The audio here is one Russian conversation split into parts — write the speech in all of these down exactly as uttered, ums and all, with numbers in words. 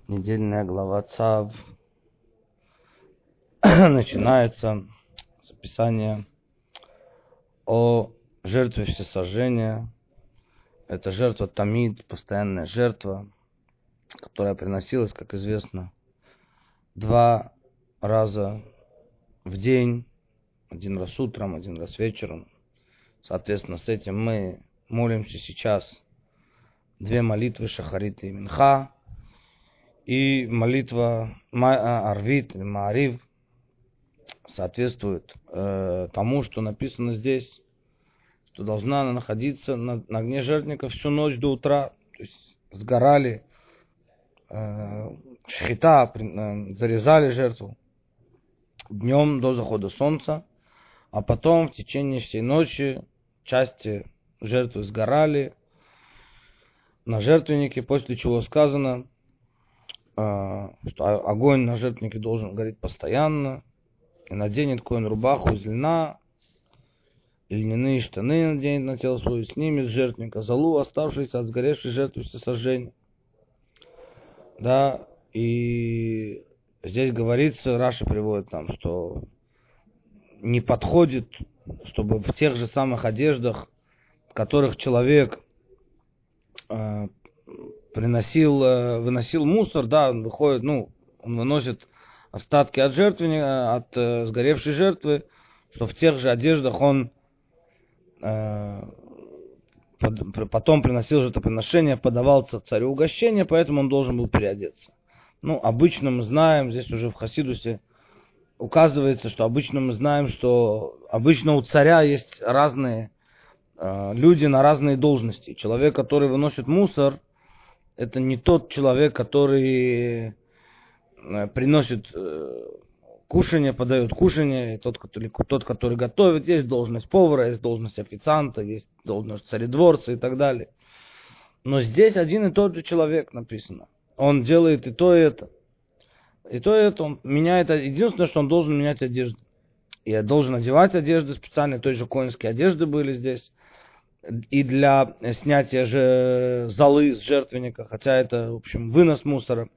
Недельная глава Цав начинается с описания о жертве всесожжения. Это жертва Тамид, постоянная жертва, которая приносилась, как известно, два раза в день, один раз утром, один раз вечером. Соответственно, с этим мы молимся сейчас две молитвы Шахарит и Минха, и молитва Арвит или Маарив соответствует э, тому, что написано здесь, что должна она находиться на, на огне жертвенника всю ночь до утра. То есть сгорали э, шхита, э, зарезали жертву днем до захода солнца, а потом в течение всей ночи части жертвы сгорали на жертвеннике, после чего сказано, э, что огонь на жертвеннике должен гореть постоянно, и наденет коэн рубаху из льна, и льняные штаны наденет на тело свое, снимет с жертвенника золу, оставшуюся от сгоревшей жертвы всесожжения. Да, и здесь говорится, Раши приводит там, что не подходит, чтобы в тех же самых одеждах, в которых человек э, приносил, э, выносил мусор, да, он выходит, ну, он выносит остатки от жертвенника, от э, сгоревшей жертвы, что в тех же одеждах он э, под, потом приносил жертвоприношение, подавал царю угощение, поэтому он должен был переодеться. Ну, обычно мы знаем, здесь уже в Хасидусе указывается, что обычно мы знаем, что обычно у царя есть разные э, люди на разные должности. Человек, который выносит мусор, это не тот человек, который приносит э, кушание, подает кушание, тот который, тот, который готовит. Есть должность повара, есть должность официанта, есть должность царедворца и так далее. Но здесь один и тот же человек написано. Он делает и то, и это. И то, и это. Он меняет. Единственное, что он должен менять одежду. И должен одевать одежды специальные, той же коинские одежды были здесь. И для снятия же золы с жертвенника, хотя это, в общем, вынос мусора.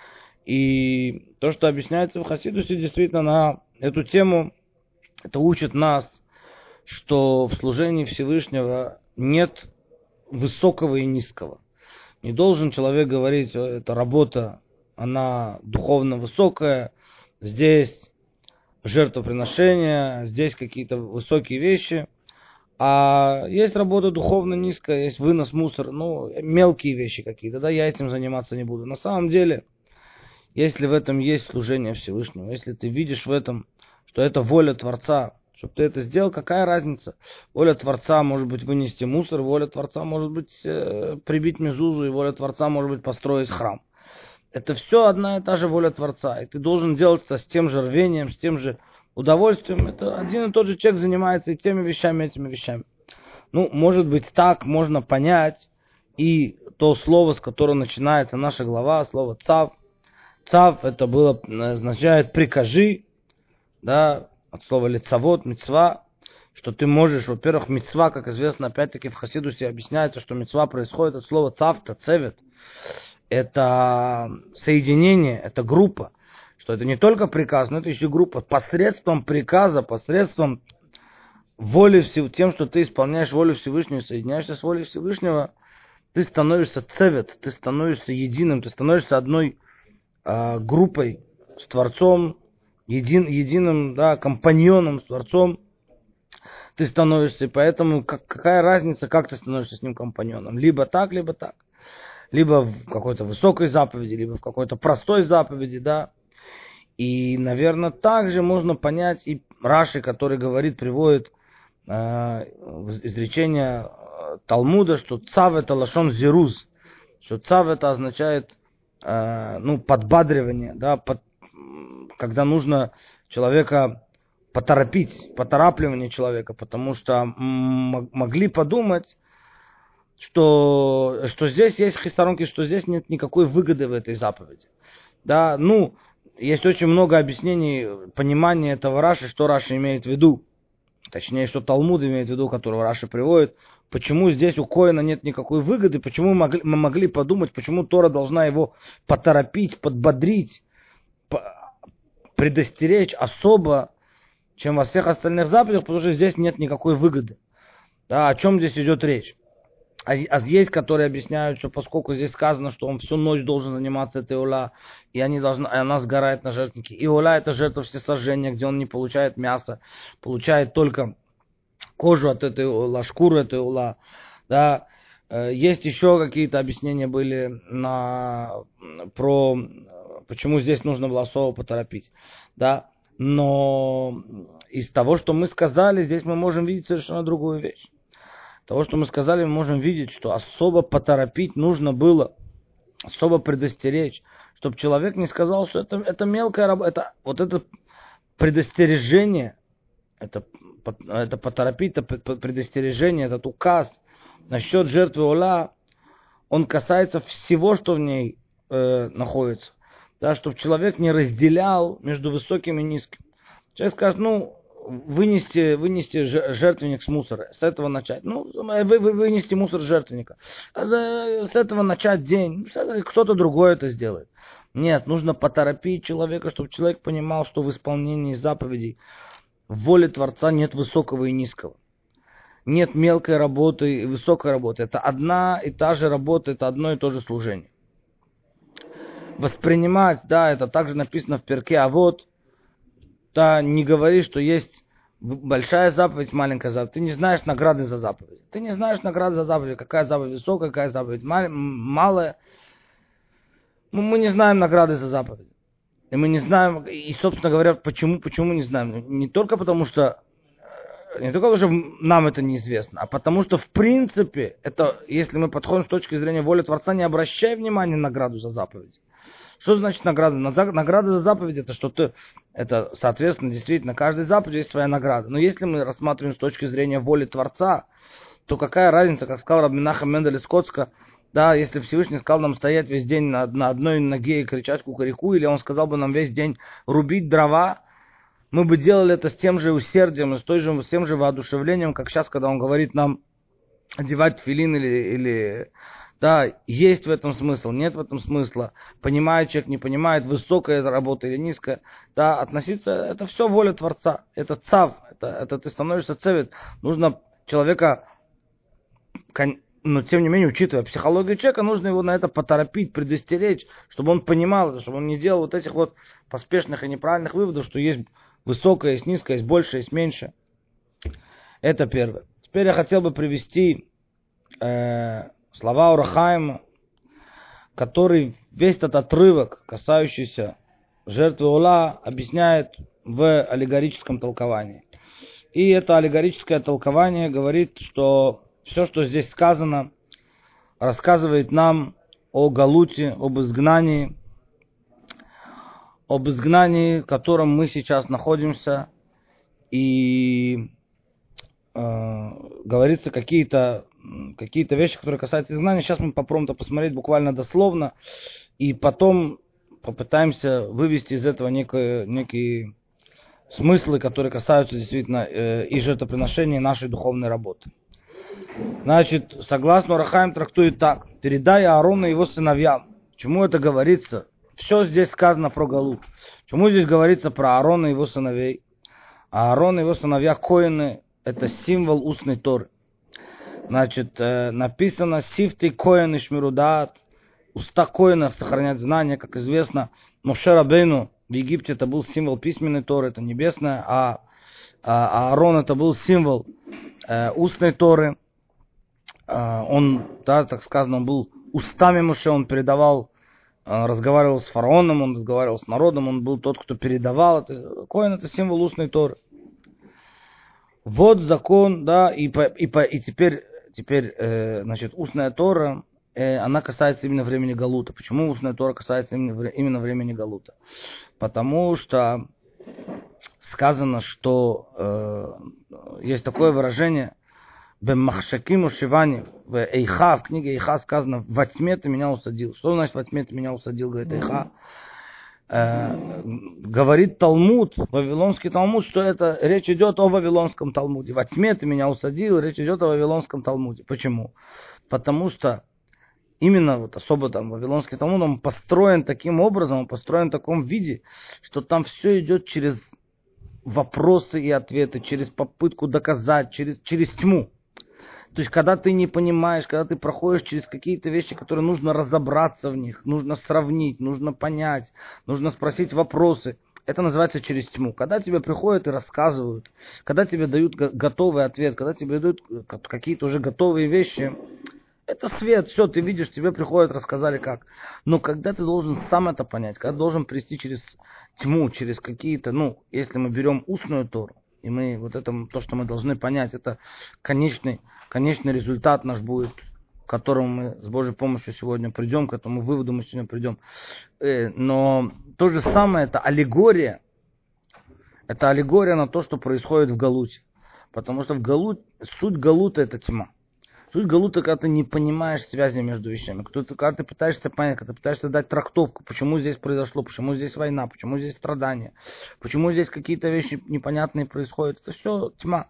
И то, что объясняется в Хасидусе, действительно на эту тему, это учит нас, что в служении Всевышнего нет высокого и низкого. Не должен человек говорить, эта работа, она духовно высокая, здесь жертвоприношение, здесь какие-то высокие вещи, а есть работа духовно низкая, есть вынос мусора, ну, мелкие вещи какие-то, да, я этим заниматься не буду. На самом деле, если в этом есть служение Всевышнего, если ты видишь в этом, что это воля Творца, чтобы ты это сделал, какая разница? Воля Творца может быть вынести мусор, воля Творца может быть э, прибить мезузу, и воля Творца может быть построить храм. Это все одна и та же воля Творца, и ты должен делать это с тем же рвением, с тем же удовольствием. Это один и тот же человек занимается и теми вещами, и этими вещами. Ну, может быть, так можно понять и то слово, с которого начинается наша глава, слово «цав». Цав это было, означает прикажи, да, от слова лицавод, мицва, что ты можешь, во-первых, мицва, как известно, опять-таки в Хасидусе объясняется, что мицва происходит от слова цав, тацевет. Это соединение, это группа, что это не только приказ, но это еще группа. Посредством приказа, посредством воли Всевышнего, тем, что ты исполняешь волю Всевышнего, соединяешься с волей Всевышнего, ты становишься цевет, ты становишься единым, ты становишься одной группой с Творцом, един, единым, да, компаньоном с Творцом ты становишься, и поэтому как, какая разница, как ты становишься с ним компаньоном, либо так, либо так, либо в какой-то высокой заповеди, либо в какой-то простой заповеди, да, и, наверное, также можно понять и Раши, который говорит, приводит э, изречение Талмуда, что цав это лашон зируз, что цав это означает ну, подбадривание, да, под, когда нужно человека поторопить, поторапливание человека, потому что м- могли подумать, что, что здесь есть хисторонки, что здесь нет никакой выгоды в этой заповеди. Да, ну, есть очень много объяснений, понимания этого Раши, что Раши имеет в виду, точнее, что Талмуд имеет в виду, которого Раши приводит, почему здесь у Коэна нет никакой выгоды, почему мы могли, мы могли подумать, почему Тора должна его поторопить, подбодрить, предостеречь особо, чем во всех остальных заповедях, потому что здесь нет никакой выгоды. Да, о чем здесь идет речь? А, а есть, которые объясняют, что поскольку здесь сказано, что он всю ночь должен заниматься этой ула, и они должны, и она сгорает на жертвеннике. И ула — это жертва всесожжения, где он не получает мясо, получает только кожу от этой ула, шкуру этой ула. Да. Есть еще какие-то объяснения были на, про почему здесь нужно было особо поторопить. Да. Но из того, что мы сказали, здесь мы можем видеть совершенно другую вещь. Того, что мы сказали, мы можем видеть, что особо поторопить нужно было, особо предостеречь, чтобы человек не сказал, что это, это мелкая работа, это, вот это предостережение, это, это поторопить, это предостережение, этот указ насчет жертвы ула, он касается всего, что в ней э, находится. Да, чтобы человек не разделял между высоким и низким. Человек скажет, ну, вынести, вынести жертвенник с мусора, с этого начать. Ну, вы, вы вынести мусор с жертвенника. А за, с этого начать день. Кто-то другой это сделает. Нет, нужно поторопить человека, чтобы человек понимал, что в исполнении заповедей в воле Творца нет высокого и низкого. Нет мелкой работы и высокой работы. Это одна и та же работа, это одно и то же служение. Воспринимать, да, это также написано в Перке, а вот да, не говори, что есть большая заповедь, маленькая заповедь. Ты не знаешь награды за заповедь. Ты не знаешь награды за заповедь, какая заповедь высокая, какая заповедь малая. Мы не знаем награды за заповедь. И мы не знаем, и, собственно говоря, почему, почему не знаем. Не только потому, что не только потому, что нам это неизвестно, а потому что, в принципе, это, если мы подходим с точки зрения воли Творца, не обращай внимания на награду за заповедь. Что значит награда? Награда за заповедь — это что ты, это, соответственно, действительно, каждой заповеди есть своя награда. Но если мы рассматриваем с точки зрения воли Творца, то какая разница, как сказал Рабби Менахем Мендель из Коцка, да, если Всевышний сказал нам стоять весь день на, на одной ноге и кричать кукареку, или он сказал бы нам весь день рубить дрова, мы бы делали это с тем же усердием, с, той же, с тем же воодушевлением, как сейчас, когда он говорит нам одевать тфилин или... или да, есть в этом смысл, нет в этом смысла. Понимает человек, не понимает, высокая эта работа или низкая. Да, относиться, это все воля Творца. Это цав, это, это ты становишься цевет. Нужно человека, но тем не менее, учитывая психологию человека, нужно его на это поторопить, предостеречь, чтобы он понимал это, чтобы он не делал вот этих вот поспешных и неправильных выводов, что есть высокое, есть низкое, есть больше, есть меньше. Это первое. Теперь я хотел бы привести... Э, слова Ор ха-Хаима, который весь этот отрывок, касающийся жертвы ула, объясняет в аллегорическом толковании. И это аллегорическое толкование говорит, что все, что здесь сказано, рассказывает нам о галуте, об изгнании, об изгнании, в котором мы сейчас находимся, и э, говорится какие-то какие-то вещи, которые касаются изгнания. Сейчас мы попробуем это посмотреть буквально дословно, и потом попытаемся вывести из этого некие, некие смыслы, которые касаются действительно э, и жертвоприношения, и нашей духовной работы. Значит, согласно Ор ха-Хаим трактует так: передай Аарону и его сыновьям. Чему это говорится? Все здесь сказано про галут. Чему здесь говорится про Аарона и его сыновей? А Аарон и его сыновья коэны — это символ устной Торы. Значит, э, написано «Сифты коэн и шмирудат». Уста коэнов сохранять знания, как известно. Моше Рабейну в Египте это был символ письменной Торы, это небесная, а, а Аарон это был символ э, устной Торы. Э, он, да, так сказано, он был устами Моше, он передавал, э, разговаривал с фараоном, он разговаривал с народом, он был тот, кто передавал. Это, коэн это символ устной Торы. Вот закон, да, и, по, и, по, и теперь... Теперь, э, значит, устная Тора, э, она касается именно времени Галута. Почему устная Тора касается именно, именно времени Галута? Потому что сказано, что э, есть такое выражение «Бемахшаким ушивани», в Эйха, в книге Эйха сказано «Во тьме ты меня усадил». Что значит «Во тьме ты меня усадил», говорит Эйха? э, говорит Талмуд, Вавилонский Талмуд, что это речь идет о Вавилонском Талмуде. Во тьме ты меня усадил, речь идет о Вавилонском Талмуде. Почему? Потому что именно вот особо там Вавилонский Талмуд, он построен таким образом, он построен в таком виде, что там все идет через вопросы и ответы, через попытку доказать, через, через тьму. То есть, когда ты не понимаешь, когда ты проходишь через какие-то вещи, которые нужно разобраться в них, нужно сравнить, нужно понять, нужно спросить вопросы, это называется через тьму. Когда тебе приходят и рассказывают, когда тебе дают готовый ответ, когда тебе дают какие-то уже готовые вещи, это свет, все, ты видишь, тебе приходят, рассказали как. Но когда ты должен сам это понять, когда должен прийти через тьму, через какие-то, ну, если мы берем устную Тору, и мы, вот это, то, что мы должны понять, это конечный, конечный результат наш будет, к которому мы с Божьей помощью сегодня придем, к этому выводу мы сегодня придем. Но то же самое, это аллегория, это аллегория на то, что происходит в Галуте. Потому что в Галут, суть Галута это тьма. Суть галута, когда ты не понимаешь связи между вещами, когда ты пытаешься понять, когда ты пытаешься дать трактовку, почему здесь произошло, почему здесь война, почему здесь страдания, почему здесь какие-то вещи непонятные происходят. Это все тьма.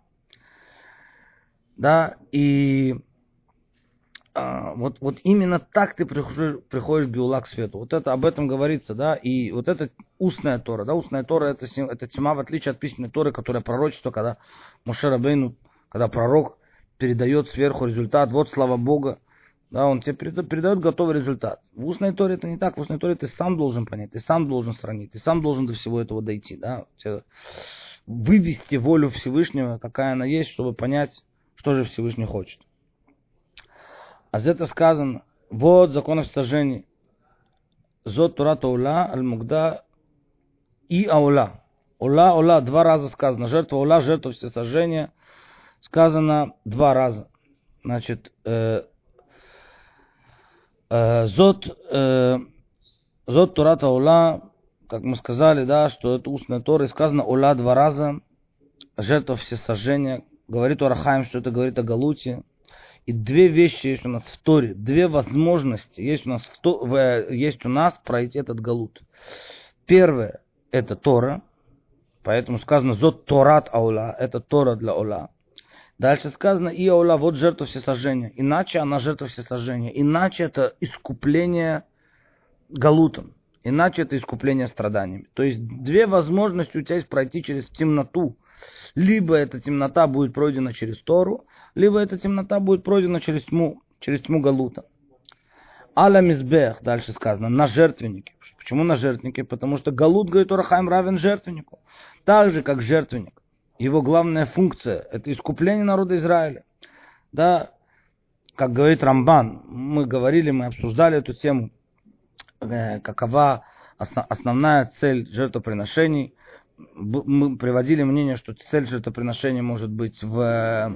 Да, и а, вот, вот именно так ты приходишь, приходишь Геула к свету. Вот это об этом говорится, да, и вот это устная Тора, да, устная Тора это, это тьма, в отличие от письменной Торы, которая пророчество, когда Моше Рабейну, когда пророк передает сверху результат, вот слава Бога, да, он тебе передает готовый результат. В устной Торе это не так, в устной Торе ты сам должен понять, ты сам должен сравнить, ты сам должен до всего этого дойти, да, вывести волю Всевышнего, какая она есть, чтобы понять, что же Всевышний хочет. А за это сказано, вот закон о всесожжении, зот Торат Ола, аль-Мугда и Аула. Ола, Ола, два раза сказано, жертва Ола, жертва всесожжения, сказано два раза. Значит, э, э, зот, э, зот Торат Ола, как мы сказали, да, что это устная Тора, и сказано Ола два раза, жертва всесожжения, говорит Ор ха-Хаим, что это говорит о Галуте. И две вещи есть у нас в Торе, две возможности есть у нас, в то, в, есть у нас пройти этот Галут. Первое, это Тора, поэтому сказано Зот Торат Аула, это Тора для Ола. Дальше сказано, и Аула, вот жертва всесожжения. Иначе она жертва всесожжения. Иначе это искупление галутом. Иначе это искупление страданиями. То есть две возможности у тебя есть пройти через темноту. Либо эта темнота будет пройдена через Тору, либо эта темнота будет пройдена через тьму, через тьму галута. Аля мизбех, дальше сказано, на жертвеннике. Почему на жертвеннике? Потому что галут, говорит Ор ха-Хаим, равен жертвеннику. Так же, как жертвенник. Его главная функция – это искупление народа Израиля. Да, как говорит Рамбан, мы говорили, мы обсуждали эту тему, э, какова основ, основная цель жертвоприношений. Мы приводили мнение, что цель жертвоприношения может быть в, э,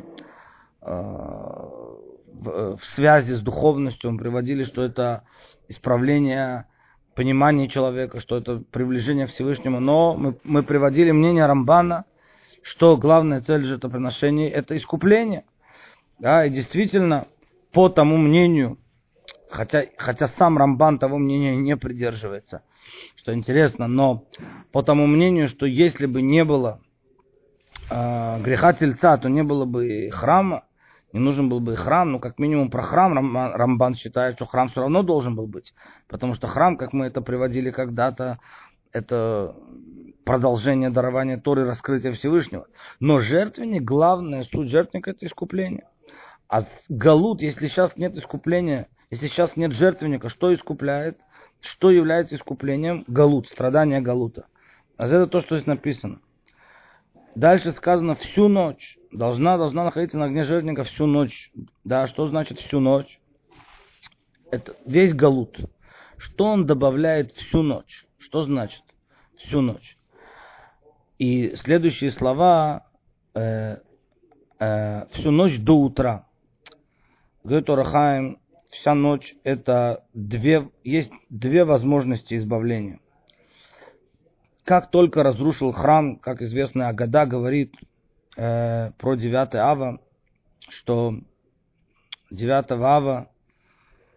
в, в связи с духовностью. Мы приводили, что это исправление понимания человека, что это приближение к Всевышнему. Но мы, мы приводили мнение Рамбана, что главная цель жертвоприношения – это искупление. Да, и действительно, по тому мнению, хотя, хотя сам Рамбан того мнения не придерживается, что интересно, но по тому мнению, что если бы не было э, греха тельца, то не было бы храма, не нужен был бы храм, но как минимум про храм Рамбан, Рамбан считает, что храм все равно должен был быть, потому что храм, как мы это приводили когда-то, это продолжение дарования Торы, раскрытия Всевышнего. Но жертвенник, главная суть жертвенника – это искупление. А галут, если сейчас нет искупления, если сейчас нет жертвенника, что искупляет? Что является искуплением? Галут, страдание галута. А это то, что здесь написано. Дальше сказано всю ночь. Должна, должна находиться на огне жертвенника всю ночь. Да, что значит всю ночь? Это весь галут. Что он добавляет всю ночь? Что значит всю ночь? И следующие слова э, э, всю ночь до утра. Говорит Ор ха-Хаим, вся ночь это две, есть две возможности избавления. Как только разрушил храм, как известно, Агада говорит э, про девятое ава, что девятого ава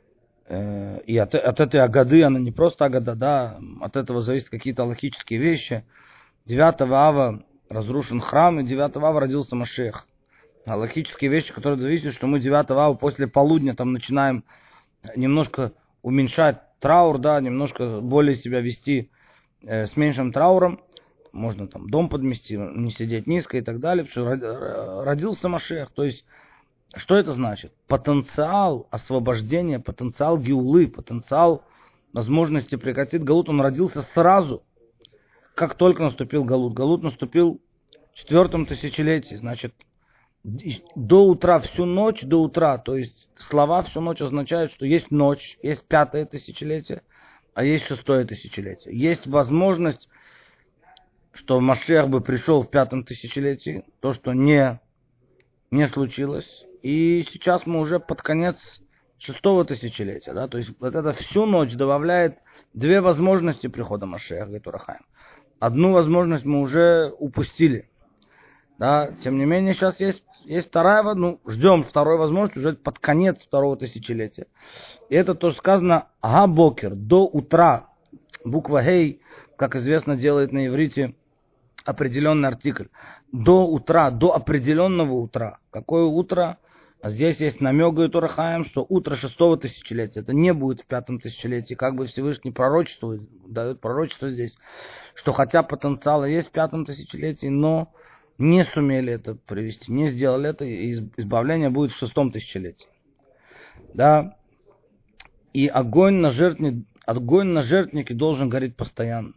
э, и от, от этой агады, она не просто агада, да, от этого зависят какие-то алахические вещи. девятого ава разрушен храм, и девятого ава родился Машиах. Алахические вещи, которые зависят, что мы девятого ава после полудня там начинаем немножко уменьшать траур, да, немножко более себя вести э, с меньшим трауром. Можно там дом подмести, не сидеть низко и так далее. Потому что родился Машиах. То есть, что это значит? Потенциал освобождения, потенциал геулы, потенциал возможности прекратить галут, он родился сразу, как только наступил галут. Галут наступил в четвертом тысячелетии. Значит, до утра, всю ночь до утра. То есть, слова всю ночь означают, что есть ночь, есть пятое тысячелетие, а есть шестое тысячелетие. Есть возможность, что Машиах бы пришел в пятом тысячелетии, то, что не, не случилось. И сейчас мы уже под конец шестого тысячелетия. Да? То есть вот это всю ночь добавляет две возможности прихода Машиаха, говорит Ор ха-Хаим. Одну возможность мы уже упустили. Да? Тем не менее, сейчас есть, есть вторая, ну, ждем второй возможности уже под конец второго тысячелетия. И это тоже сказано «Га-бокер», до утра. Буква «Гей», как известно, делает на иврите определенный артикль. До утра, до определенного утра. Какое утро? Здесь есть намек, говорит Ор ха-Хаим, что утро шестого тысячелетия. Это не будет в пятом тысячелетии. Как бы Всевышний пророчествует, дает пророчество здесь, что хотя потенциал есть в пятом тысячелетии, но не сумели это привести, не сделали это, и избавление будет в шестом тысячелетии. Да. И огонь на жертвеннике, огонь на жертвеннике должен гореть постоянно.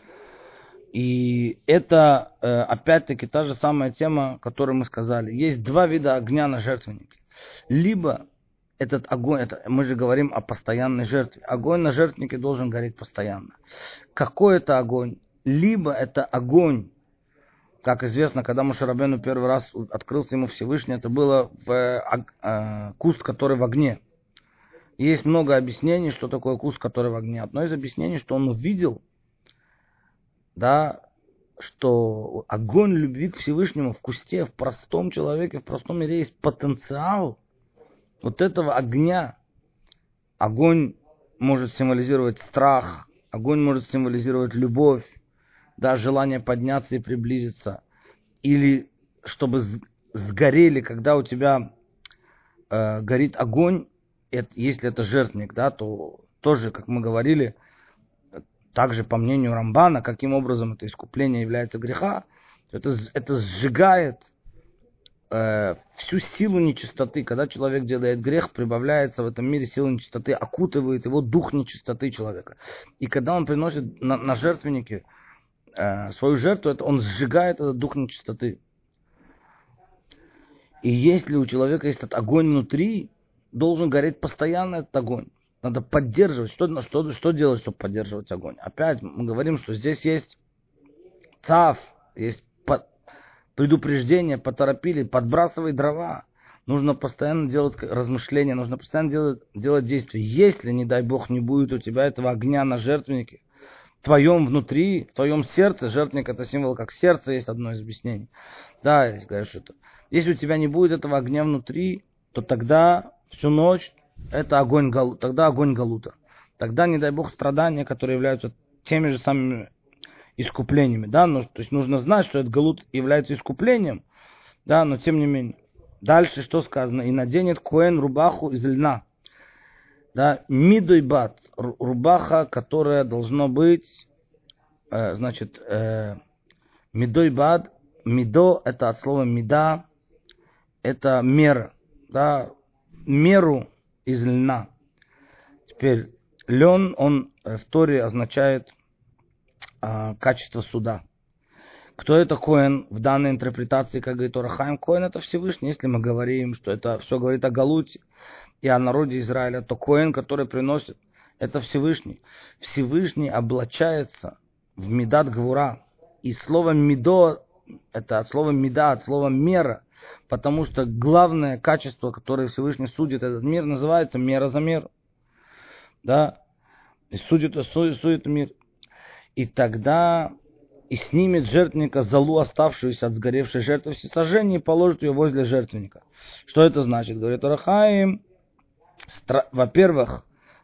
И это, опять-таки, та же самая тема, которую мы сказали. Есть два вида огня на жертвеннике. Либо этот огонь, это, мы же говорим о постоянной жертве. Огонь на жертвеннике должен гореть постоянно. Какой это огонь? Либо это огонь, как известно, когда Моше Рабейну первый раз открылся ему Всевышний, это было в, э, куст, который в огне. Есть много объяснений, что такое куст, который в огне. Одно из объяснений, что он увидел, да, что огонь любви к Всевышнему в кусте, в простом человеке, в простом мире есть потенциал вот этого огня. Огонь может символизировать страх, огонь может символизировать любовь, да, желание подняться и приблизиться. Или чтобы сгорели, когда у тебя э, горит огонь, это, если это жертвенник, да, то тоже, как мы говорили, также по мнению Рамбана, каким образом это искупление является греха, это, это сжигает э, всю силу нечистоты. Когда человек делает грех, прибавляется в этом мире сила нечистоты, окутывает его дух нечистоты человека. И когда он приносит на, на жертвеннике э, свою жертву, это он сжигает этот дух нечистоты. И если у человека есть этот огонь внутри, должен гореть постоянно этот огонь. Надо поддерживать. Что, что, что делать, чтобы поддерживать огонь? Опять мы говорим, что здесь есть цав, есть под, предупреждение, поторопили, подбрасывай дрова. Нужно постоянно делать размышления, нужно постоянно делать, делать действия. Если, не дай Бог, не будет у тебя этого огня на жертвеннике, в твоем внутри, в твоем сердце, жертвенник это символ, как сердце, есть одно из объяснений. Да, если говорят, что это. Если у тебя не будет этого огня внутри, то тогда всю ночь это огонь галута, тогда огонь галута. Тогда, не дай Бог, страдания, которые являются теми же самыми искуплениями. Да? Ну, то есть нужно знать, что этот галут является искуплением, да, но тем не менее. Дальше что сказано? И наденет коэн рубаху из льна. Да, мидойбат, рубаха, которая должна быть, э, значит, э, мидойбат, мидо, это от слова мида, это мера, да, меру из льна. Теперь лен, он в Торе означает а, качество суда. Кто это коэн в данной интерпретации, как говорит Ор ха-Хаим? Коэн это Всевышний. Если мы говорим, что это все говорит о галуте и о народе Израиля, то коэн, который приносит, это Всевышний. Всевышний облачается в мидат гвура. И слово мидо, это от слова мида, от слова мера. Потому что главное качество, которое Всевышний судит этот мир, называется мера за меру. Да? И судит, судит, судит мир. И тогда и снимет жертвенника золу, оставшуюся от сгоревшей жертвы всесожжения, и положит ее возле жертвенника. Что это значит? Говорит Ор ха-Хаим. Стра... Во-первых,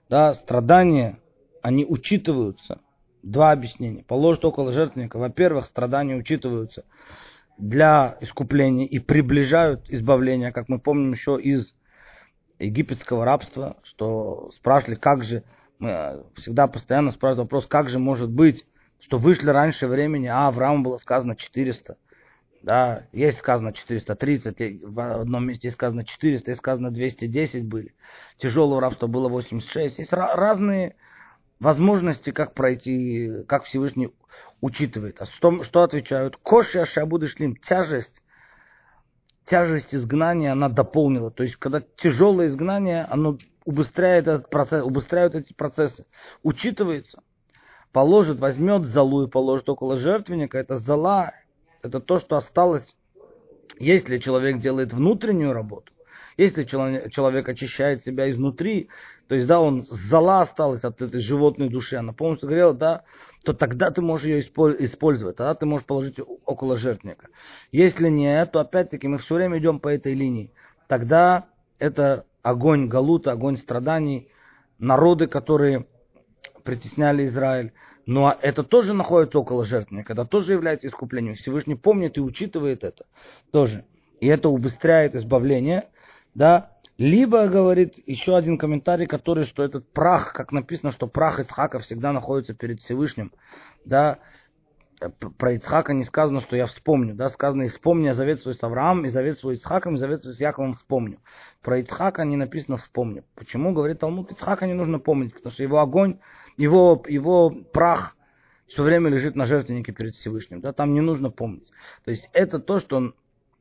да, страдания, они учитываются. Два объяснения. Положат около жертвенника. Во-первых, страдания учитываются для искупления и приближают избавление, как мы помним еще из египетского рабства, что спрашивали, как же, мы всегда постоянно спрашивают вопрос, как же может быть, что вышли раньше времени, а Аврааму было сказано четыреста. Да, есть сказано четыреста тридцать, в одном месте есть сказано четыреста, есть сказано двести десять были. Тяжелого рабства было восемьдесят шесть. Есть разные возможности, как пройти, как Всевышний учитывает. А что, что отвечают? Коши ашабуды шлим. Тяжесть, тяжесть изгнания, она дополнила. То есть, когда тяжелое изгнание, оно убыстряет этот процесс, убыстряют эти процессы. Учитывается. Положит, возьмет золу и положит около жертвенника. Это зола. Это то, что осталось, если человек делает внутреннюю работу, если человек, человек очищает себя изнутри, то есть, да, он зола осталась от этой животной души, она полностью горела, да, то тогда ты можешь ее использовать, тогда ты можешь положить около жертвенника. Если нет, то опять-таки мы все время идем по этой линии. Тогда это огонь галута, огонь страданий, народы, которые притесняли Израиль. Но это тоже находится около жертвенника, это тоже является искуплением. Всевышний помнит и учитывает это тоже. И это убыстряет избавление. Да? Либо, говорит, еще один комментарий, который, что этот прах, как написано, что прах Ицхака всегда находится перед Всевышним. Да? Про Ицхака не сказано, что я вспомню. Да? Сказано, и вспомни завет свой с Авраамом, и завет свой с Ицхаком, и завет свой с Яковом вспомню. Про Ицхака не написано вспомню. Почему? Говорит Талмуд, Ицхака не нужно помнить, потому что его огонь, его, его прах все время лежит на жертвеннике перед Всевышним. Да? Там не нужно помнить. То есть это то, что он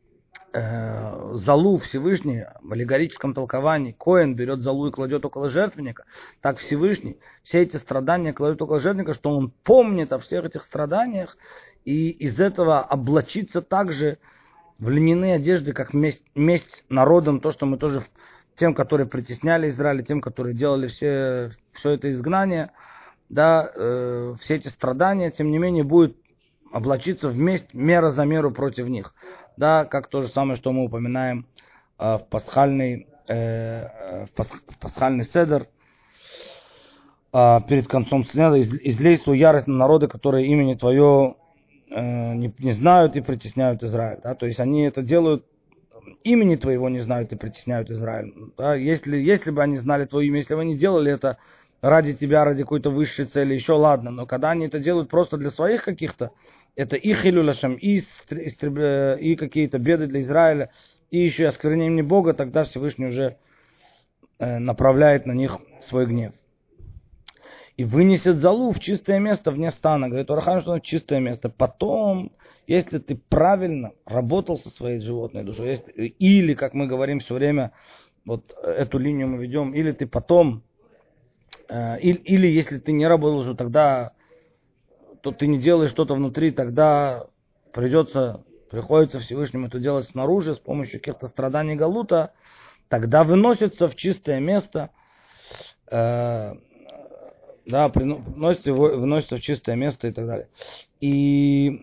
э, залу Всевышний в аллегорическом толковании, Коэн берет залу и кладет около жертвенника, так Всевышний все эти страдания кладет около жертвенника, что он помнит о всех этих страданиях, и из этого облачится также в льняные одежды, как месть, месть народам, то, что мы тоже тем, которые притесняли Израиль, тем, которые делали все, все это изгнание, да, э, все эти страдания, тем не менее, будет облачиться в месть мера за меру против них. Да, как то же самое, что мы упоминаем э, в пасхальный, э, в, пас, в пасхальный седер, э, перед концом седера, из, излей свою ярость на народы, которые имени Твое э, не, не знают и притесняют Израиль. Да? То есть они это делают, имени Твоего не знают и притесняют Израиль. Да? Если, если бы они знали Твое имя, если бы они делали это ради Тебя, ради какой-то высшей цели, еще ладно. Но когда они это делают просто для своих каких-то, это и хилюляшем, и, и какие-то беды для Израиля, и еще и осквернение Бога, тогда Всевышний уже э, направляет на них свой гнев. И вынесет залу в чистое место вне стана. Говорит Орахайм, что в чистое место. Потом, если ты правильно работал со своей животной душой, если, или, как мы говорим все время, вот эту линию мы ведем, или ты потом, э, или, или если ты не работал уже, тогда то ты не делаешь что-то внутри, тогда придется, приходится Всевышнему это делать снаружи, с помощью каких-то страданий галута, тогда выносится в чистое место, э, да, приносится, выносится в чистое место и так далее. И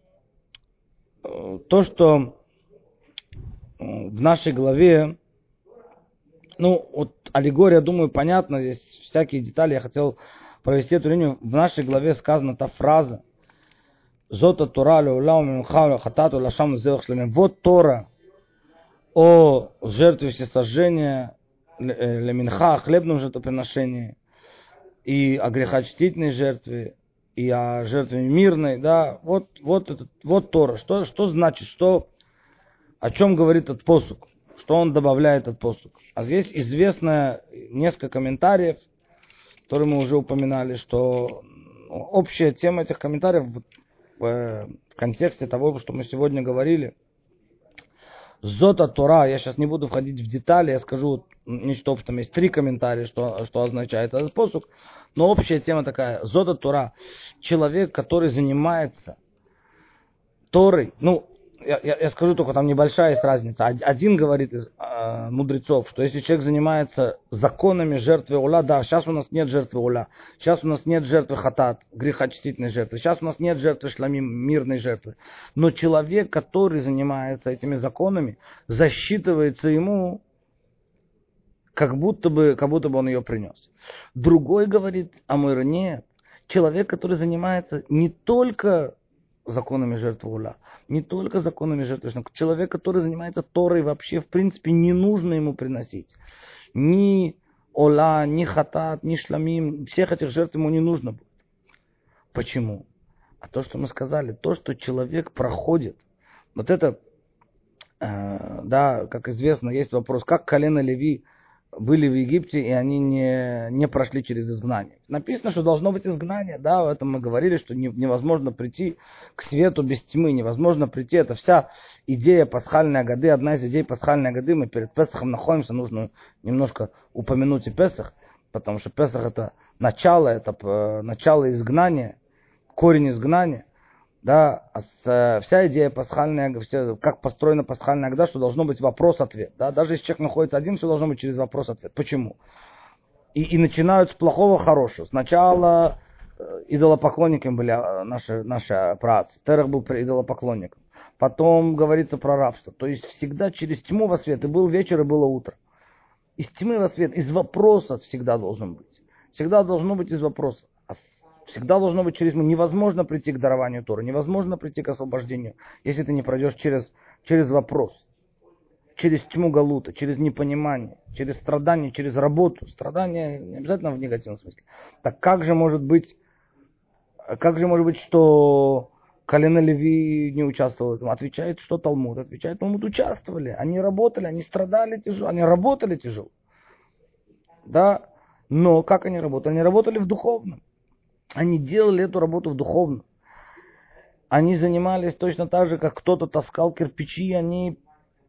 э, то, что в нашей главе, ну, вот аллегория, думаю, понятна, здесь всякие детали, я хотел провести эту линию. В нашей главе сказана та фраза: «Зота Тора леулам мимха хатату лашам зех шлемим». Вот Тора о жертве всесожжения, леминха, о хлебном жертвоприношении, и о грехочтительной жертве, и о жертве мирной, да, вот, вот, этот, вот Тора. Что, что значит, что, о чем говорит этот посук, что он добавляет этот посук. А здесь известно несколько комментариев, которые мы уже упоминали, что общая тема этих комментариев в, в контексте того, что мы сегодня говорили. Зота Тора, я сейчас не буду входить в детали, я скажу нечто общее, там есть три комментария, что, что означает этот посук, но общая тема такая: Зота Тора, человек, который занимается Торой, ну, я, я, я скажу только, там небольшая есть разница. Один говорит из э, мудрецов, что если человек занимается законами жертвы ула, да, сейчас у нас нет жертвы ула, сейчас у нас нет жертвы хатат, грехочтительной жертвы, сейчас у нас нет жертвы шламим, мирной жертвы. Но человек, который занимается этими законами, засчитывается ему как будто бы, как будто бы он ее принес. Другой говорит, Амойра, нет. Человек, который занимается не только законами жертвы Уля, не только законами жертвы Шна, человек, который занимается Торой, вообще, в принципе, не нужно ему приносить. Ни Ола, ни Хатат, ни Шламим, всех этих жертв ему не нужно будет. Почему? А то, что мы сказали, то, что человек проходит, вот это, э, да, как известно, есть вопрос, как колено Леви были в Египте, и они не, не прошли через изгнание. Написано, что должно быть изгнание, да, в этом мы говорили, что не, невозможно прийти к свету без тьмы, невозможно прийти, это вся идея пасхальной годы, одна из идей пасхальной годы, мы перед Песахом находимся, нужно немножко упомянуть и Песах, потому что Песах это начало, это э, начало изгнания, корень изгнания, да, а с, вся идея пасхальная, все, как построена пасхальная года, что должно быть вопрос-ответ, да, даже если человек находится один, все должно быть через вопрос-ответ. Почему? И, и начинают с плохого хорошего. Сначала э, идолопоклонниками были наши, наши праотцы, Терах был идолопоклонником, потом говорится про рабство, то есть всегда через тьму во свет, и был вечер, и было утро. Из тьмы во свет, из вопроса всегда должен быть, всегда должно быть из вопроса. Всегда должно быть через... Невозможно прийти к дарованию Торы, невозможно прийти к освобождению, если ты не пройдешь через, через вопрос, через тьму галута, через непонимание, через страдания, через работу. Страдания не обязательно в негативном смысле. Так как же может быть, как же может быть, что колено Леви не участвовало в этом? Отвечает, что Талмуд? Отвечает, Талмуд участвовали, они работали, они страдали тяжело, они работали тяжело. Да, но как они работали? Они работали в духовном. Они делали эту работу в духовном. Они занимались точно так же, как кто-то таскал кирпичи, они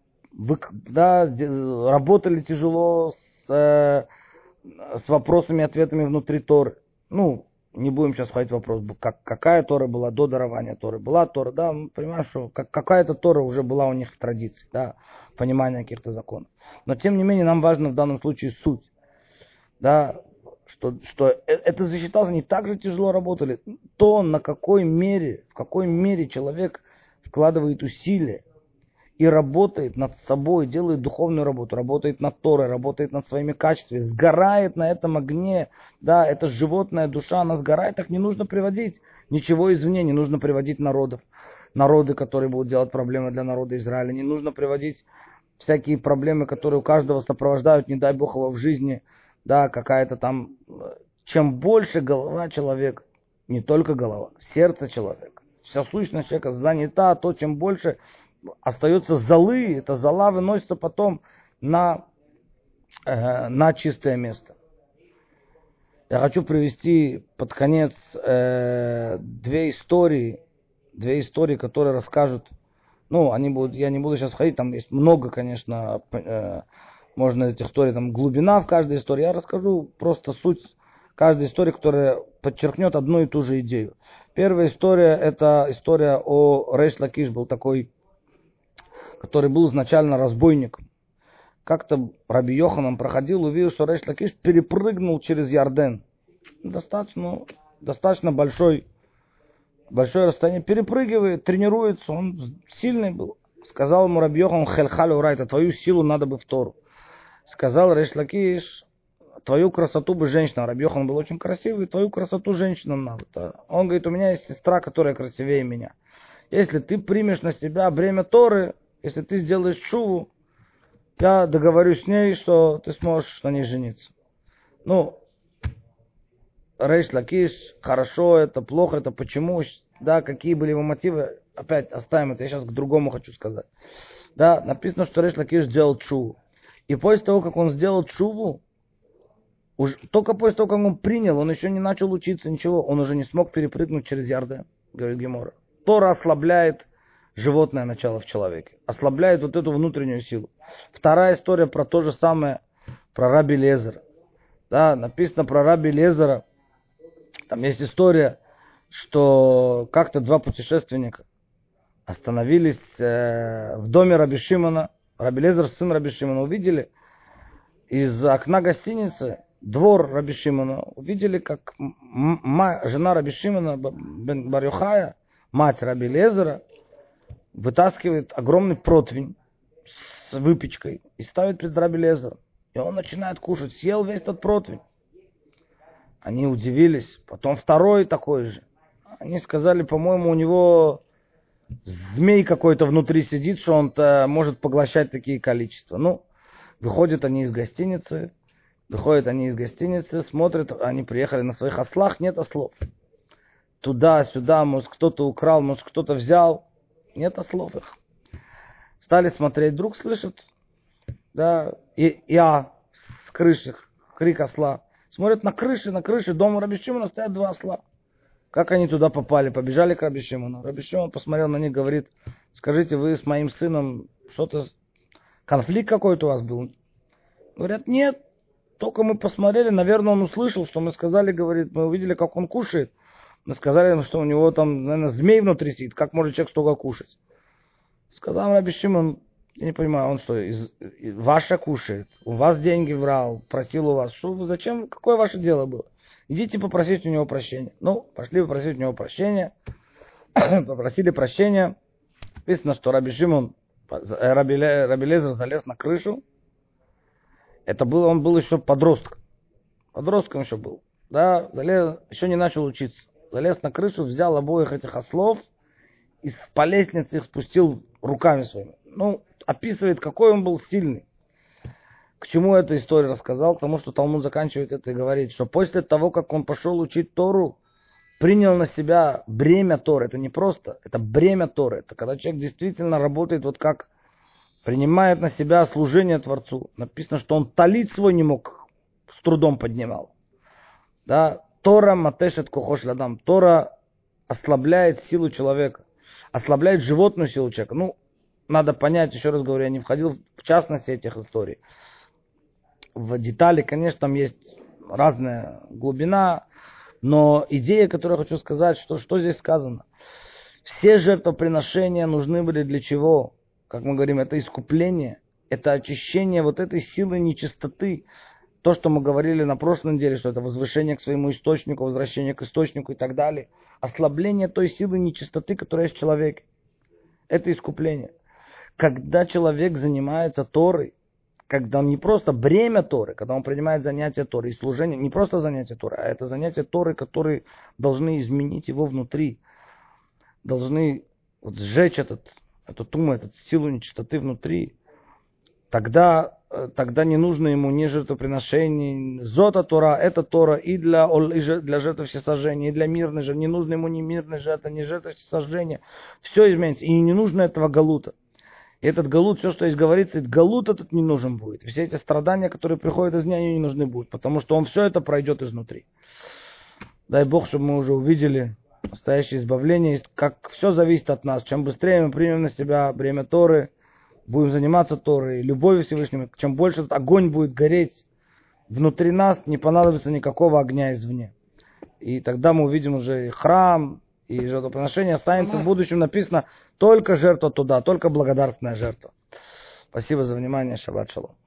да, работали тяжело с, э, с вопросами и ответами внутри Торы. Ну, не будем сейчас входить в вопрос, как, какая Тора была до дарования Торы. Была Тора, да, мы понимаем, что как, какая-то Тора уже была у них в традиции, да, понимание каких-то законов. Но тем не менее нам важно в данном случае суть, да, Что, что это засчиталось, они так же тяжело работали. То, на какой мере, в какой мере человек вкладывает усилия и работает над собой, делает духовную работу, работает над Торой, работает над своими качествами, сгорает на этом огне, да, это животная душа, она сгорает, так не нужно приводить ничего извне, не нужно приводить народов, народы, которые будут делать проблемы для народа Израиля, не нужно приводить всякие проблемы, которые у каждого сопровождают, не дай Бог его в жизни. Да, какая-то там, чем больше голова человека, не только голова, сердце человека, вся сущность человека занята, то чем больше остается золы, эта зола выносится потом на, э, на чистое место. Я хочу привести под конец э, две истории, две истории, которые расскажут, ну, они будут, я не буду сейчас ходить, там есть много, конечно, э, можно из этих историй, там глубина в каждой истории. Я расскажу просто суть каждой истории, которая подчеркнет одну и ту же идею. Первая история, это история о Рейш Лакиш, был такой, который был изначально разбойником. Как-то Раби Йоханан проходил, увидел, что Рейш Лакиш перепрыгнул через Ярден. Достаточно, достаточно большой, большое расстояние. Перепрыгивает, тренируется, он сильный был. Сказал ему Раби Йоханан, хельхаль урайта, твою силу надо бы в Тору. Сказал Рейш Лакиш, твою красоту бы женщина, Раби Йохан был очень красивый, твою красоту женщинам надо. Он говорит, у меня есть сестра, которая красивее меня. Если ты примешь на себя бремя Торы, если ты сделаешь шуву, я договорюсь с ней, что ты сможешь на ней жениться. Ну, Рейш Лакиш, хорошо это, плохо это, почему, да, какие были его мотивы, опять оставим это, я сейчас к другому хочу сказать. Да, написано, что Рейш Лакиш сделал шуву. И после того, как он сделал тшуву, уж, только после того, как он принял, он еще не начал учиться, ничего, он уже не смог перепрыгнуть через Ярден, говорит Гемора. Тора ослабляет животное начало в человеке, ослабляет вот эту внутреннюю силу. Вторая история про то же самое, про Раби Лезера. Да, написано про Раби Лезера, там есть история, что как-то два путешественника остановились э, в доме Раби Шимона. Раби Лезер, сын Раби Шимона, увидели из окна гостиницы двор Раби Шимона. Увидели, как м- жена Раби Шимона, бен бар Йохая, мать Раби Лезера, вытаскивает огромный противень с выпечкой и ставит перед Раби Лезером. И он начинает кушать, съел весь этот противень. Они удивились. Потом второй такой же. Они сказали, по-моему, у него змей какой-то внутри сидит, что он-то может поглощать такие количества. Ну, выходят они из гостиницы, выходят они из гостиницы, смотрят, они приехали на своих ослах, нет ослов. Туда-сюда, может, кто-то украл, может, кто-то взял, нет ослов их. Стали смотреть, вдруг слышат, да, и я с крыши, крик осла. Смотрят на крыше, на крыше дома Раби Шимона стоят два осла. Как они туда попали? Побежали к Раби Шимону. Раби Шимон посмотрел на них, говорит, скажите, вы с моим сыном что-то, конфликт какой-то у вас был? Говорят, нет, только мы посмотрели, наверное, он услышал, что мы сказали, говорит, мы увидели, как он кушает. Мы сказали, что у него там, наверное, змей внутри сидит, как может человек столько кушать? Сказал Раби Шимон, я не понимаю, он что, из, из, ваше кушает, у вас деньги брал, просил у вас, что вы, зачем, какое ваше дело было? Идите попросить у него прощения. Ну, пошли попросить у него прощения, попросили прощения. Написано, что Раби Шимон, Раби, Раби Лезер залез на крышу, это был, он был еще подростком, подростком еще был, да, залез, еще не начал учиться, залез на крышу, взял обоих этих ослов, и по лестнице их спустил руками своими. Ну, описывает, какой он был сильный. К чему эта история рассказал? Потому что Талмуд заканчивает это и говорит, что после того, как он пошел учить Тору, принял на себя бремя Торы. Это не просто, это бремя Торы. Это когда человек действительно работает вот как принимает на себя служение Творцу. Написано, что он талит свой не мог, с трудом поднимал. Да? Тора матешет кохош ладам. Тора ослабляет силу человека. Ослабляет животную силу человека. Ну, надо понять, еще раз говорю, я не входил в частности этих историй. В детали, конечно, там есть разная глубина, но идея, которую я хочу сказать, что, что здесь сказано. Все жертвоприношения нужны были для чего? Как мы говорим, это искупление, это очищение вот этой силы нечистоты. То, что мы говорили на прошлой неделе, что это возвышение к своему источнику, возвращение к источнику и так далее. Ослабление той силы нечистоты, которая есть в человеке. Это искупление. Когда человек занимается Торой, когда он не просто бремя Торы, когда он принимает занятия Торы и служение, не просто занятия Торы, а это занятия Торы, которые должны изменить его внутри, должны вот сжечь этот, эту туму, эту силу нечистоты внутри, тогда, тогда не нужно ему ни жертвоприношений, зота Тора, это Тора и для, и для жертв всесожжения, и для мирной жертвы, не нужно ему ни мирной жертвы, ни жертвы всесожжения, все изменится, и не нужно этого галута. И этот галут, все, что здесь говорится, этот галут этот не нужен будет. Все эти страдания, которые приходят из меня, они не нужны будут, потому что он все это пройдет изнутри. Дай Бог, чтобы мы уже увидели настоящее избавление, как все зависит от нас. Чем быстрее мы примем на себя бремя Торы, будем заниматься Торой, любовью Всевышнему, чем больше этот огонь будет гореть внутри нас, не понадобится никакого огня извне. И тогда мы увидим уже и храм, и жертвоприношение останется в будущем. Написано только жертва туда, только благодарственная жертва. Спасибо за внимание. Шаббат шалом.